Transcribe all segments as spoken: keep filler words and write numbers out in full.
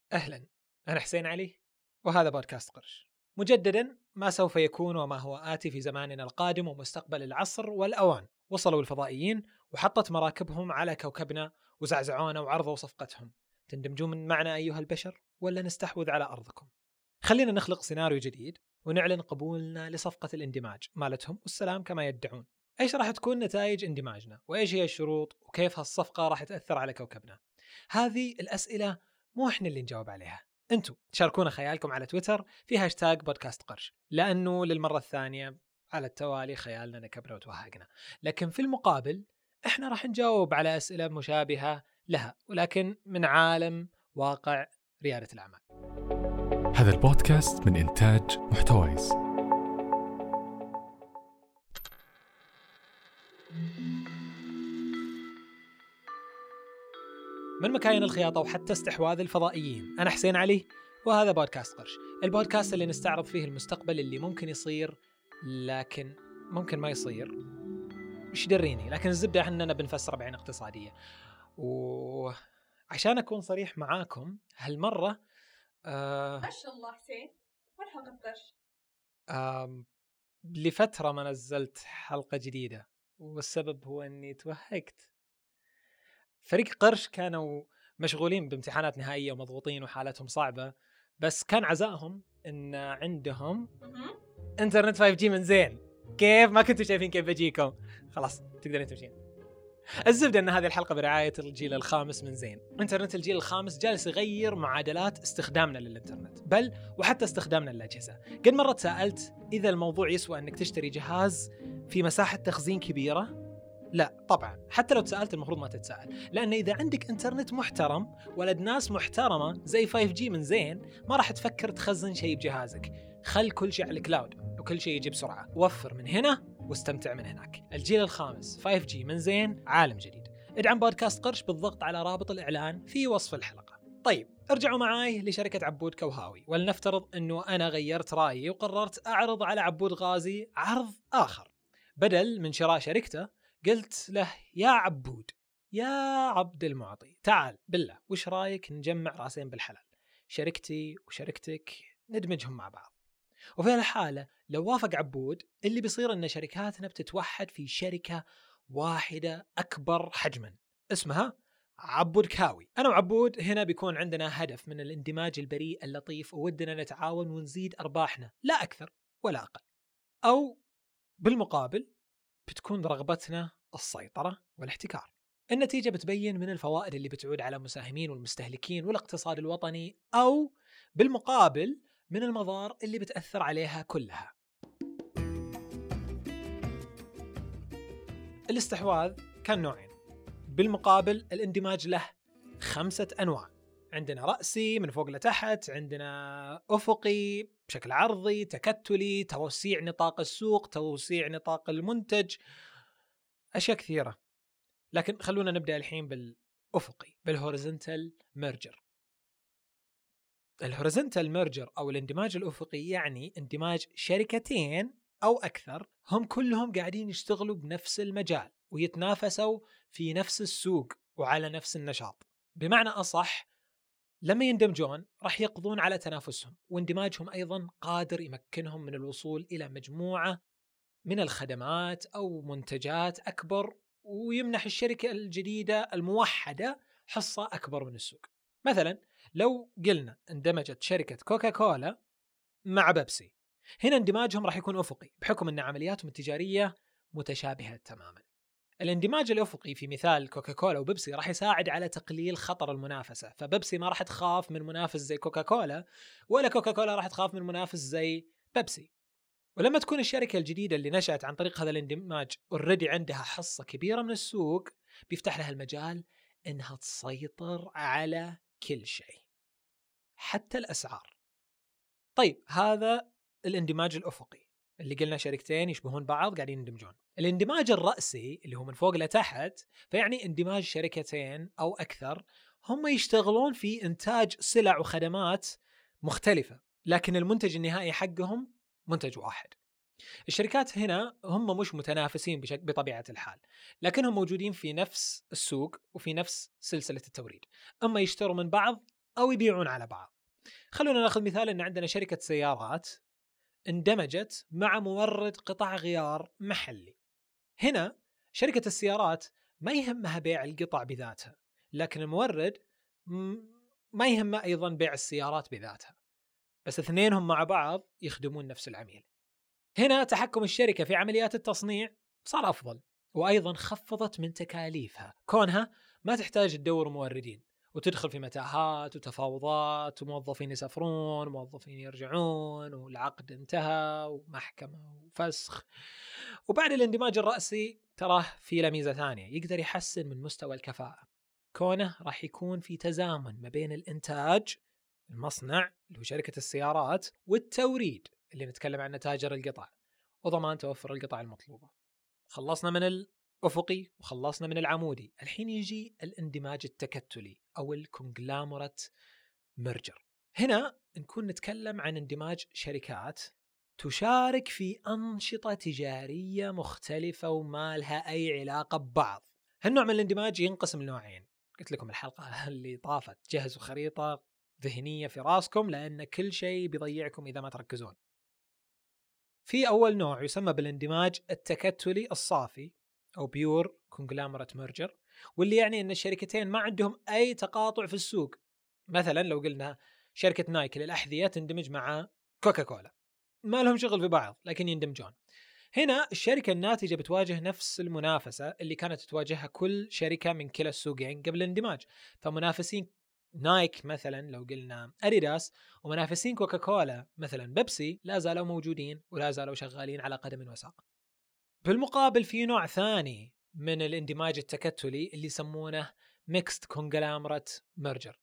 أهلا، أنا حسين علي وهذا بودكاست قرش. مجددا، ما سوف يكون وما هو آتي في زماننا القادم ومستقبل العصر والأوان. وصلوا الفضائيين وحطت مراكبهم على كوكبنا وزعزعونا وعرضوا صفقتهم. تندمجون معنا أيها البشر ولا نستحوذ على أرضكم؟ خلينا نخلق سيناريو جديد ونعلن قبولنا لصفقة الاندماج مالتهم والسلام كما يدعون. ايش راح تكون نتائج اندماجنا؟ وايش هي الشروط؟ وكيف هالصفقة راح تأثر على كوكبنا؟ هذه الأسئلة مو احنا اللي نجاوب عليها، انتم شاركونا خيالكم على تويتر في هاشتاج بودكاست قرش، لأنه للمرة الثانية على التوالي خيالنا نكبنا وتوهقنا. لكن في المقابل احنا راح نجاوب على أسئلة مشابهة لها، ولكن من عالم واقع ريادة الأعمال. هذا البودكاست من إنتاج محتويس. من مكاين الخياطة وحتى استحواذ الفضائيين، أنا حسين علي وهذا بودكاست قرش، البودكاست اللي نستعرض فيه المستقبل اللي ممكن يصير لكن ممكن ما يصير. مش دريني، لكن الزبدة احنا بنفسر بعين اقتصادية. وعشان أكون صريح معاكم هالمرة آه ما شاء الله حسين، وين حلقة قرش؟ آه لفترة ما نزلت حلقة جديدة، والسبب هو أني توهقت. فريق قرش كانوا مشغولين بامتحانات نهائية ومضغوطين وحالتهم صعبة، بس كان عزائهم ان عندهم انترنت فايف جي من زين. كيف ما كنتوا شايفين كيف بجيكم؟ خلاص تقدرين تمشين. الزبدة ان هذه الحلقة برعاية الجيل الخامس من زين. انترنت الجيل الخامس جالس يغير معادلات استخدامنا للانترنت، بل وحتى استخدامنا للأجهزة. قد مرة تساءلت اذا الموضوع يسوى انك تشتري جهاز في مساحة تخزين كبيرة؟ لا طبعا، حتى لو تسألت المفروض ما تتساءل، لأن إذا عندك إنترنت محترم ولد ناس محترمة زي فايف جي من زين، ما راح تفكر تخزن شيء بجهازك. خل كل شيء على الكلاود وكل شيء يجي بسرعة. وفر من هنا واستمتع من هناك. الجيل الخامس فايف جي من زين، عالم جديد. ادعم بودكاست قرش بالضغط على رابط الإعلان في وصف الحلقة. طيب ارجعوا معاي لشركة عبود كوهاوي، ولنفترض أنه أنا غيرت رأيي وقررت أعرض على عبود غازي عرض آخر. بدل من شراء شركته قلت له يا عبود، يا عبد المعطي، تعال بالله وش رايك نجمع راسين بالحلال، شركتي وشركتك ندمجهم مع بعض. وفي هالحالة لو وافق عبود، اللي بيصير ان شركاتنا بتتوحد في شركة واحدة اكبر حجما اسمها عبود كاوي. انا وعبود هنا بيكون عندنا هدف من الاندماج البريء اللطيف، وودنا نتعاون ونزيد ارباحنا لا اكثر ولا اقل. او بالمقابل بتكون رغبتنا السيطرة والاحتكار. النتيجة بتبين من الفوائد اللي بتعود على المساهمين والمستهلكين والاقتصاد الوطني، أو بالمقابل من المضار اللي بتأثر عليها كلها. الاستحواذ كان نوعين، بالمقابل الاندماج له خمسة أنواع. عندنا رأسي من فوق لتحت، عندنا أفقي بشكل عرضي، تكتلي، توسيع نطاق السوق، توسيع نطاق المنتج، أشياء كثيرة. لكن خلونا نبدأ الحين بالأفقي، بالهوريزونتال ميرجر. الهوريزونتال ميرجر أو الاندماج الأفقي يعني اندماج شركتين أو أكثر هم كلهم قاعدين يشتغلوا بنفس المجال ويتنافسوا في نفس السوق وعلى نفس النشاط. بمعنى أصح، لما يندمجون راح يقضون على تنافسهم، واندماجهم أيضا قادر يمكنهم من الوصول إلى مجموعة من الخدمات أو منتجات أكبر، ويمنح الشركة الجديدة الموحدة حصة أكبر من السوق. مثلا لو قلنا اندمجت شركة كوكا كولا مع بيبسي، هنا اندماجهم راح يكون أفقي بحكم أن عملياتهم التجارية متشابهة تماما. الاندماج الأفقي في مثال كوكا كولا وبيبسي راح يساعد على تقليل خطر المنافسة، فبيبسي ما راح تخاف من منافس زي كوكا كولا، ولا كوكا كولا راح تخاف من منافس زي بيبسي. ولما تكون الشركة الجديدة اللي نشأت عن طريق هذا الاندماج اوريدي عندها حصة كبيرة من السوق، بيفتح لها المجال انها تسيطر على كل شيء حتى الأسعار. طيب هذا الاندماج الأفقي اللي قلنا شركتين يشبهون بعض قاعدين يندمجون. الاندماج الرأسي اللي هو من فوق لتحت، فيعني اندماج شركتين أو أكثر هم يشتغلون في إنتاج سلع وخدمات مختلفة، لكن المنتج النهائي حقهم منتج واحد. الشركات هنا هم مش متنافسين بطبيعة الحال، لكنهم موجودين في نفس السوق وفي نفس سلسلة التوريد. أما يشتروا من بعض أو يبيعون على بعض. خلونا ناخذ مثال أن عندنا شركة سيارات اندمجت مع مورد قطع غيار محلي. هنا شركة السيارات ما يهمها بيع القطع بذاتها، لكن المورد ما يهمه أيضا بيع السيارات بذاتها، بس اثنينهم مع بعض يخدمون نفس العميل. هنا تحكم الشركة في عمليات التصنيع صار أفضل، وأيضا خفضت من تكاليفها كونها ما تحتاج تدور موردين وتدخل في متاهات وتفاوضات وموظفين يسافرون وموظفين يرجعون والعقد انتهى ومحكمة وفسخ. وبعد الاندماج الرأسي تراه في له ميزة ثانية، يقدر يحسن من مستوى الكفاءة كونه راح يكون في تزامن ما بين الإنتاج المصنع اللي هو شركة السيارات والتوريد اللي نتكلم عنه تاجر القطع، وضمان توفر القطع المطلوبة. خلصنا من الأفقي وخلصنا من العمودي، الحين يجي الاندماج التكتلي أو الكونغلامرات ميرجر. هنا نكون نتكلم عن اندماج شركات تشارك في أنشطة تجارية مختلفة وما لها أي علاقة ببعض. هالنوع من الاندماج ينقسم لنوعين، قلت لكم الحلقة اللي طافت جهزوا خريطة ذهنية في راسكم لأن كل شيء بيضيعكم إذا ما تركزون. في أول نوع يسمى بالاندماج التكتلي الصافي أو بيور كونغلامرات ميرجر، واللي يعني أن الشركتين ما عندهم أي تقاطع في السوق. مثلا لو قلنا شركة نايك للأحذية تندمج مع كوكا كولا، ما لهم شغل في بعض لكن يندمجون. هنا الشركة الناتجة بتواجه نفس المنافسة اللي كانت تواجهها كل شركة من كلا السوقين قبل الاندماج. فمنافسين نايك مثلا لو قلنا أديداس ومنافسين كوكا كولا مثلا بيبسي لا زالوا موجودين ولا زالوا شغالين على قدم وساق. بالمقابل في نوع ثاني من الاندماج التكتلي اللي يسمونه ميكست كونغلامرات ميرجر.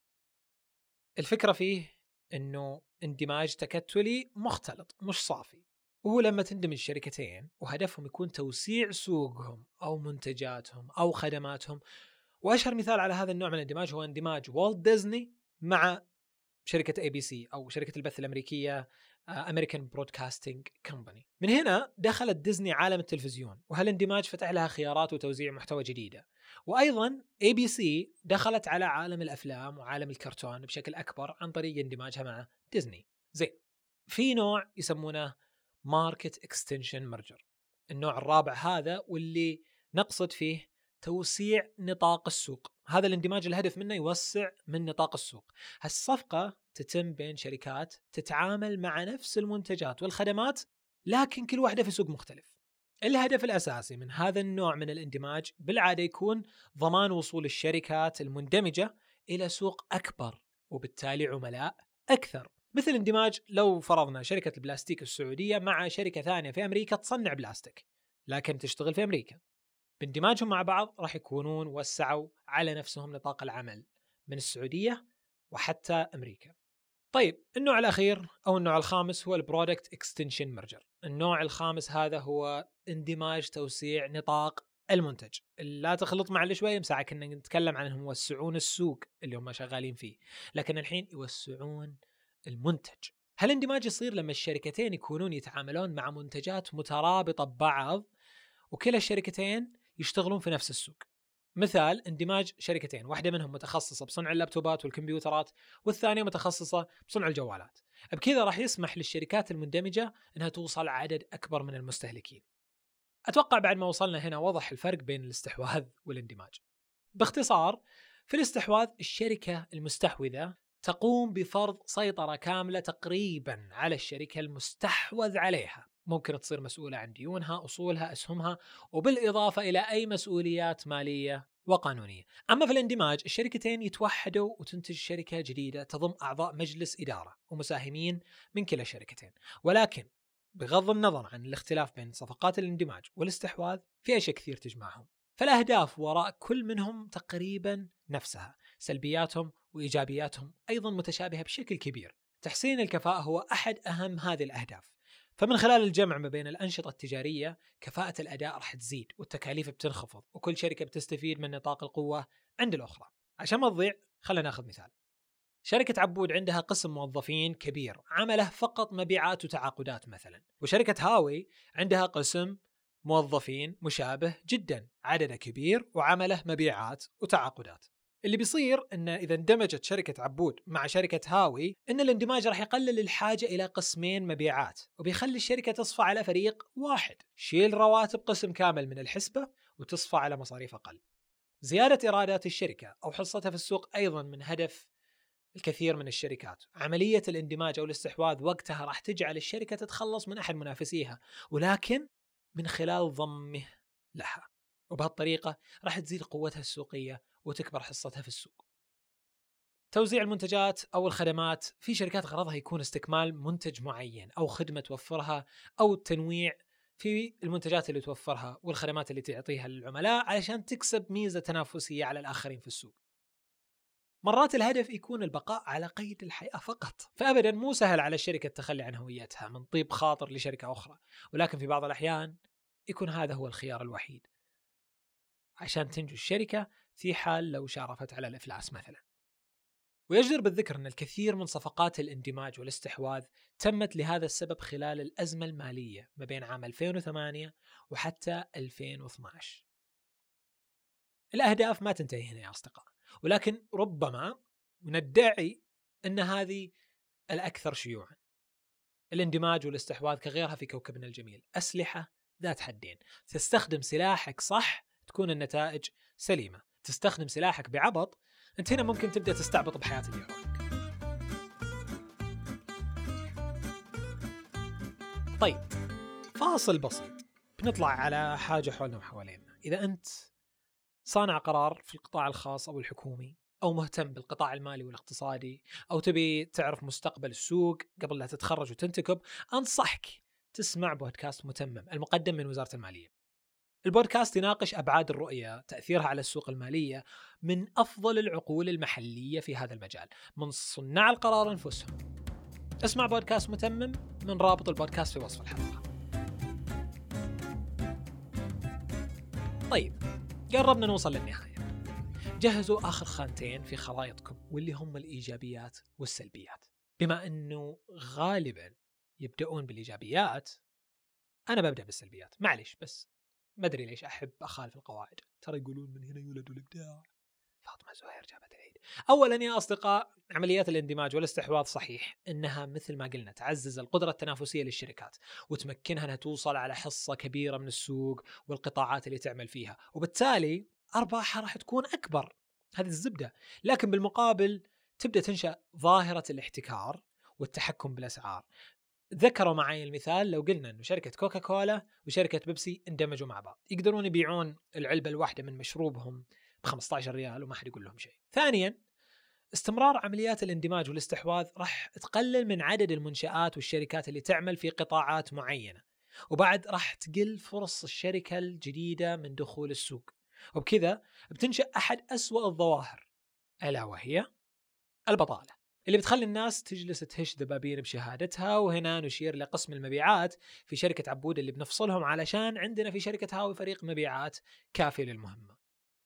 الفكرة فيه انه اندماج تكتلي مختلط مش صافي، وهو لما تندمج شركتين وهدفهم يكون توسيع سوقهم او منتجاتهم او خدماتهم. واشهر مثال على هذا النوع من الاندماج هو اندماج والت ديزني مع شركة اي بي سي او شركة البث الامريكية امريكان برودكاستنج كومباني. من هنا دخلت ديزني عالم التلفزيون، وهالاندماج فتح لها خيارات وتوزيع محتوى جديدة. وايضا اي بي سي دخلت على عالم الافلام وعالم الكرتون بشكل اكبر عن طريق اندماجها مع ديزني. زين، في نوع يسمونه ماركت اكستنشن ميرجر، النوع الرابع هذا واللي نقصد فيه توسيع نطاق السوق. هذا الاندماج الهدف منه يوسع من نطاق السوق. هالصفقة تتم بين شركات تتعامل مع نفس المنتجات والخدمات لكن كل واحدة في سوق مختلف. الهدف الأساسي من هذا النوع من الاندماج بالعادة يكون ضمان وصول الشركات المندمجة إلى سوق أكبر وبالتالي عملاء أكثر. مثل اندماج لو فرضنا شركة البلاستيك السعودية مع شركة ثانية في أمريكا تصنع بلاستيك لكن تشتغل في أمريكا، باندماجهم مع بعض راح يكونون وسعوا على نفسهم نطاق العمل من السعودية وحتى أمريكا. طيب النوع الأخير أو النوع الخامس هو البرودكت اكستنشن ميرجر. النوع الخامس هذا هو اندماج توسيع نطاق المنتج. لا تخلط مع اللي شوي مساعة كنا نتكلم عنهم يوسعون السوق اللي هم شغالين فيه، لكن الحين يوسعون المنتج. هالاندماج يصير لما الشركتين يكونون يتعاملون مع منتجات مترابطة ببعض وكلا الشركتين يشتغلون في نفس السوق. مثال اندماج شركتين، واحدة منهم متخصصة بصنع اللابتوبات والكمبيوترات والثانية متخصصة بصنع الجوالات. بكذا راح يسمح للشركات المندمجة أنها توصل عدد أكبر من المستهلكين. أتوقع بعد ما وصلنا هنا وضح الفرق بين الاستحواذ والاندماج. باختصار، في الاستحواذ الشركة المستحوذة تقوم بفرض سيطرة كاملة تقريبا على الشركة المستحوذ عليها، ممكن تصير مسؤولة عن ديونها، أصولها، أسهمها، وبالإضافة إلى أي مسؤوليات مالية وقانونية. أما في الاندماج الشركتين يتوحدوا وتنتج شركة جديدة تضم أعضاء مجلس إدارة ومساهمين من كلا الشركتين. ولكن بغض النظر عن الاختلاف بين صفقات الاندماج والاستحواذ في أشياء كثير تجمعهم، فالأهداف وراء كل منهم تقريبا نفسها، سلبياتهم وإيجابياتهم أيضا متشابهة بشكل كبير. تحسين الكفاءة هو أحد أهم هذه الأهداف، فمن خلال الجمع ما بين الأنشطة التجارية كفاءة الأداء راح تزيد والتكاليف بتنخفض وكل شركة بتستفيد من نطاق القوة عند الأخرى. عشان ما تضيع خلينا ناخذ مثال. شركة عبود عندها قسم موظفين كبير عمله فقط مبيعات وتعاقدات مثلا، وشركة هاوي عندها قسم موظفين مشابه جدا عدده كبير وعمله مبيعات وتعاقدات. اللي بيصير إن إذا اندمجت شركة عبود مع شركة هاوي، إن الاندماج راح يقلل الحاجة إلى قسمين مبيعات، وبيخلي الشركة تصفى على فريق واحد، شيل رواتب قسم كامل من الحسبة وتصفى على مصاريف أقل. زيادة إيرادات الشركة أو حصتها في السوق أيضا من هدف الكثير من الشركات. عملية الاندماج أو الاستحواذ وقتها راح تجعل الشركة تتخلص من أحد منافسيها، ولكن من خلال ضمه لها، وبهالطريقة راح تزيد قوتها السوقية وتكبر حصتها في السوق. توزيع المنتجات أو الخدمات، في شركات غرضها يكون استكمال منتج معين أو خدمة توفرها، أو التنويع في المنتجات اللي توفرها والخدمات اللي تعطيها للعملاء علشان تكسب ميزة تنافسية على الآخرين في السوق. مرات الهدف يكون البقاء على قيد الحياة فقط، فأبدا مو سهل على الشركة التخلي عن هويتها من طيب خاطر لشركة أخرى، ولكن في بعض الأحيان يكون هذا هو الخيار الوحيد عشان تنجو الشركة في حال لو شارفت على الإفلاس مثلا. ويجدر بالذكر أن الكثير من صفقات الاندماج والاستحواذ تمت لهذا السبب خلال الأزمة المالية ما بين عام ألفين وثمانية وحتى ألفين واثني عشر. الأهداف ما تنتهي هنا يا أصدقاء، ولكن ربما ندعي أن هذه الأكثر شيوعا. الاندماج والاستحواذ كغيرها في كوكبنا الجميل أسلحة ذات حدين، تستخدم سلاحك صح تكون النتائج سليمة، تستخدم سلاحك بعبط أنت هنا ممكن تبدأ تستعبط بحياة اللي حولك. طيب فاصل بسيط، بنطلع على حاجة حولنا وحوالينا. إذا أنت صانع قرار في القطاع الخاص أو الحكومي، أو مهتم بالقطاع المالي والاقتصادي، أو تبي تعرف مستقبل السوق قبل لا تتخرج وتنتكب، أنصحك تسمع بودكاست متمم المقدم من وزارة المالية. البودكاست يناقش أبعاد الرؤية، تأثيرها على السوق المالية من أفضل العقول المحلية في هذا المجال، من صناع القرار أنفسهم. اسمع بودكاست متمم من رابط البودكاست في وصف الحلقة. طيب قربنا نوصل للنهاية. جهزوا آخر خانتين في خرائطكم واللي هم الإيجابيات والسلبيات. بما أنه غالبا يبدأون بالإيجابيات، أنا ببدأ بالسلبيات. معليش بس ما أدري ليش أحب أخالف القواعد، ترى يقولون من هنا يولد الإبداع. فاطمة زهير جابت العيد. أولا يا أصدقاء، عمليات الاندماج والاستحواذ صحيح إنها مثل ما قلنا تعزز القدرة التنافسية للشركات وتمكنها أنها توصل على حصة كبيرة من السوق والقطاعات اللي تعمل فيها، وبالتالي أرباحها راح تكون أكبر. هذه الزبدة. لكن بالمقابل تبدأ تنشأ ظاهرة الاحتكار والتحكم بالأسعار. ذكروا معي المثال لو قلنا أنه شركة كوكا كولا وشركة بيبسي اندمجوا مع بعض، يقدرون يبيعون العلبة الواحدة من مشروبهم بخمسة عشر ريال وما حد يقول لهم شيء. ثانيا، استمرار عمليات الاندماج والاستحواذ راح تقلل من عدد المنشآت والشركات اللي تعمل في قطاعات معينة، وبعد راح تقل فرص الشركة الجديدة من دخول السوق، وبكذا بتنشأ أحد أسوأ الظواهر ألا وهي البطالة، اللي بتخلي الناس تجلس تهش ذبابين بشهادتها. وهنا نشير لقسم المبيعات في شركة عبود اللي بنفصلهم علشان عندنا في شركة هاوي فريق مبيعات كافي للمهمة.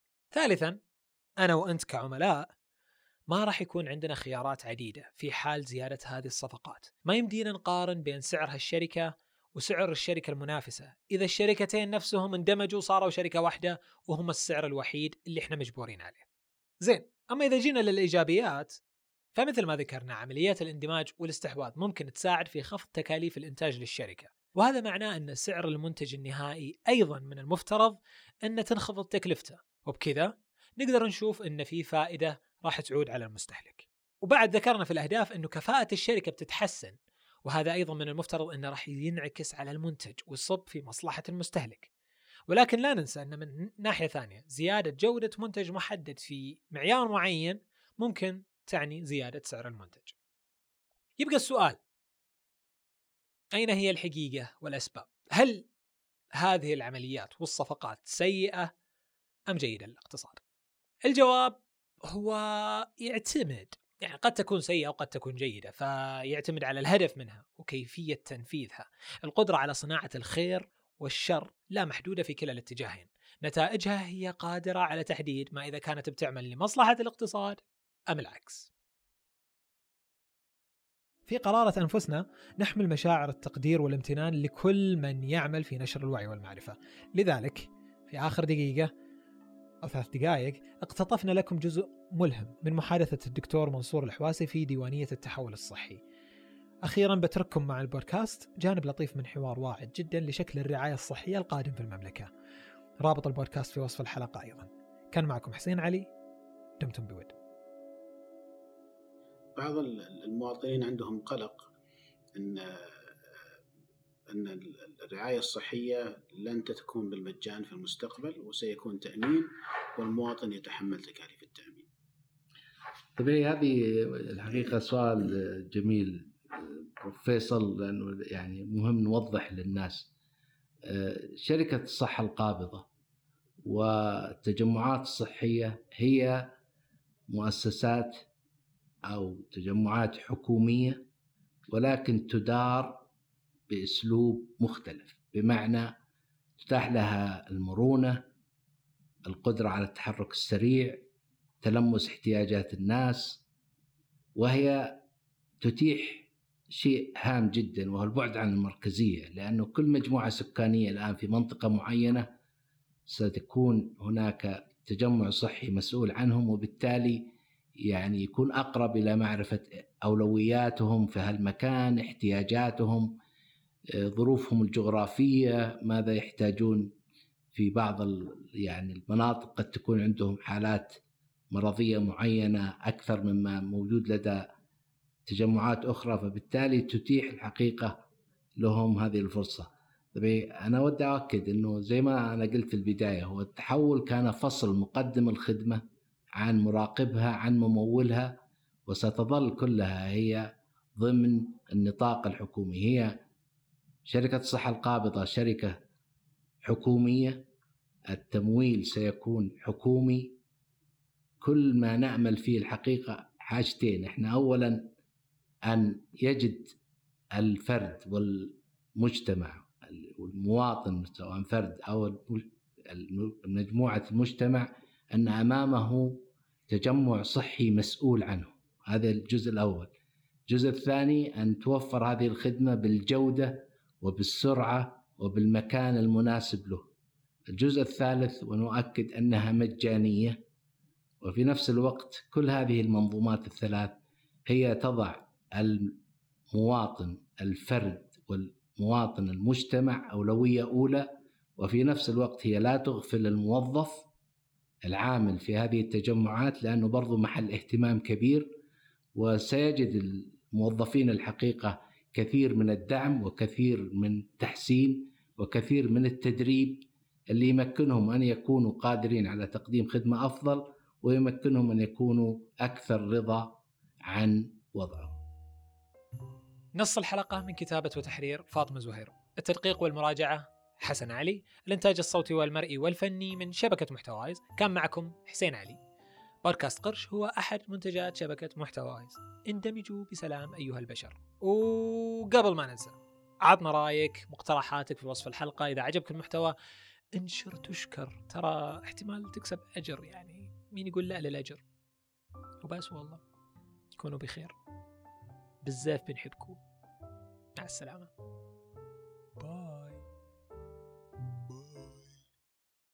ثالثا، أنا وأنت كعملاء ما راح يكون عندنا خيارات عديدة في حال زيادة هذه الصفقات. ما يمدينا نقارن بين سعر هالشركة وسعر الشركة المنافسة إذا الشركتين نفسهم اندمجوا صاروا شركة واحدة وهم السعر الوحيد اللي احنا مجبورين عليه. زين، أما إذا جينا للإيجابيات، فمثل ما ذكرنا عمليات الاندماج والاستحواذ ممكن تساعد في خفض تكاليف الإنتاج للشركة، وهذا معناه أن سعر المنتج النهائي أيضا من المفترض أن تنخفض تكلفته، وبكذا نقدر نشوف أن في فائدة راح تعود على المستهلك. وبعد ذكرنا في الأهداف أنه كفاءة الشركة بتتحسن، وهذا أيضا من المفترض أنه راح ينعكس على المنتج ويصب في مصلحة المستهلك. ولكن لا ننسى أن من ناحية ثانية زيادة جودة منتج محدد في معيار معين ممكن تعني زيادة سعر المنتج. يبقى السؤال، أين هي الحقيقة والأسباب؟ هل هذه العمليات والصفقات سيئة أم جيدة للاقتصاد؟ الجواب هو يعتمد، يعني قد تكون سيئة وقد تكون جيدة، فيعتمد على الهدف منها وكيفية تنفيذها. القدرة على صناعة الخير والشر لا محدودة في كلا الاتجاهين، نتائجها هي قادرة على تحديد ما إذا كانت بتعمل لمصلحة الاقتصاد أم العكس. في قرارة أنفسنا نحمل مشاعر التقدير والامتنان لكل من يعمل في نشر الوعي والمعرفة. لذلك في آخر دقيقة أو ثلاث دقائق اقتطفنا لكم جزء ملهم من محادثة الدكتور منصور الحواسي في ديوانية التحول الصحي. أخيرا بترككم مع البودكاست جانب لطيف من حوار واعد جدا لشكل الرعاية الصحية القادم في المملكة. رابط البودكاست في وصف الحلقة أيضا. كان معكم حسين علي، دمتم بود. بعض المواطنين عندهم قلق أن أن الرعاية الصحية لن تكون بالمجان في المستقبل وسيكون تأمين والمواطن يتحمل تكاليف التأمين. طبيعي هذه الحقيقة سؤال جميل فيصل، لأنه يعني مهم نوضح للناس. شركة الصحة القابضة والتجمعات الصحية هي مؤسسات أو تجمعات حكومية، ولكن تدار بأسلوب مختلف، بمعنى تتاح لها المرونة، القدرة على التحرك السريع، تلمس احتياجات الناس، وهي تتيح شيء هام جدا وهو البعد عن المركزية، لأنه كل مجموعة سكانية الآن في منطقة معينة ستكون هناك تجمع صحي مسؤول عنهم، وبالتالي يعني يكون أقرب إلى معرفة أولوياتهم في هالمكان، احتياجاتهم، ظروفهم الجغرافية، ماذا يحتاجون في بعض يعني المناطق قد تكون عندهم حالات مرضية معينة أكثر مما موجود لدى تجمعات أخرى، فبالتالي تتيح الحقيقة لهم هذه الفرصة. طبعا أنا ودي أؤكد أنه زي ما أنا قلت في البداية، هو التحول كان فصل مقدم الخدمة عن مراقبها عن ممولها، وستظل كلها هي ضمن النطاق الحكومي. هي شركة الصحة القابضة شركة حكومية، التمويل سيكون حكومي. كل ما نأمل فيه الحقيقة حاجتين، احنا أولا أن يجد الفرد والمجتمع والمواطن سواء فرد أو مجموعة المجتمع أن أمامه تجمع صحي مسؤول عنه. هذا الجزء الأول. الجزء الثاني أن توفر هذه الخدمة بالجودة وبالسرعة وبالمكان المناسب له. الجزء الثالث ونؤكد أنها مجانية، وفي نفس الوقت كل هذه المنظومات الثلاث هي تضع المواطن الفرد والمواطن المجتمع أولوية أولى، وفي نفس الوقت هي لا تغفل الموظف العامل في هذه التجمعات، لأنه برضو محل اهتمام كبير، وسيجد الموظفين الحقيقة كثير من الدعم وكثير من التحسين وكثير من التدريب اللي يمكنهم أن يكونوا قادرين على تقديم خدمة أفضل، ويمكنهم أن يكونوا أكثر رضا عن وضعهم. نص الحلقة من كتابة وتحرير فاطمة زهير، التدقيق والمراجعة حسن علي، الإنتاج الصوتي والمرئي والفني من شبكة محتوايز. كان معكم حسين علي. بودكاست قرش هو أحد منتجات شبكة محتوايز. اندمجوا بسلام أيها البشر. وقبل ما ننسى، عطنا رأيك، مقترحاتك في وصف الحلقة. إذا عجبك المحتوى انشر تشكر، ترى احتمال تكسب أجر، يعني مين يقول لا للأجر. وبس والله، كونوا بخير، بزاف بنحبكم. مع السلامة.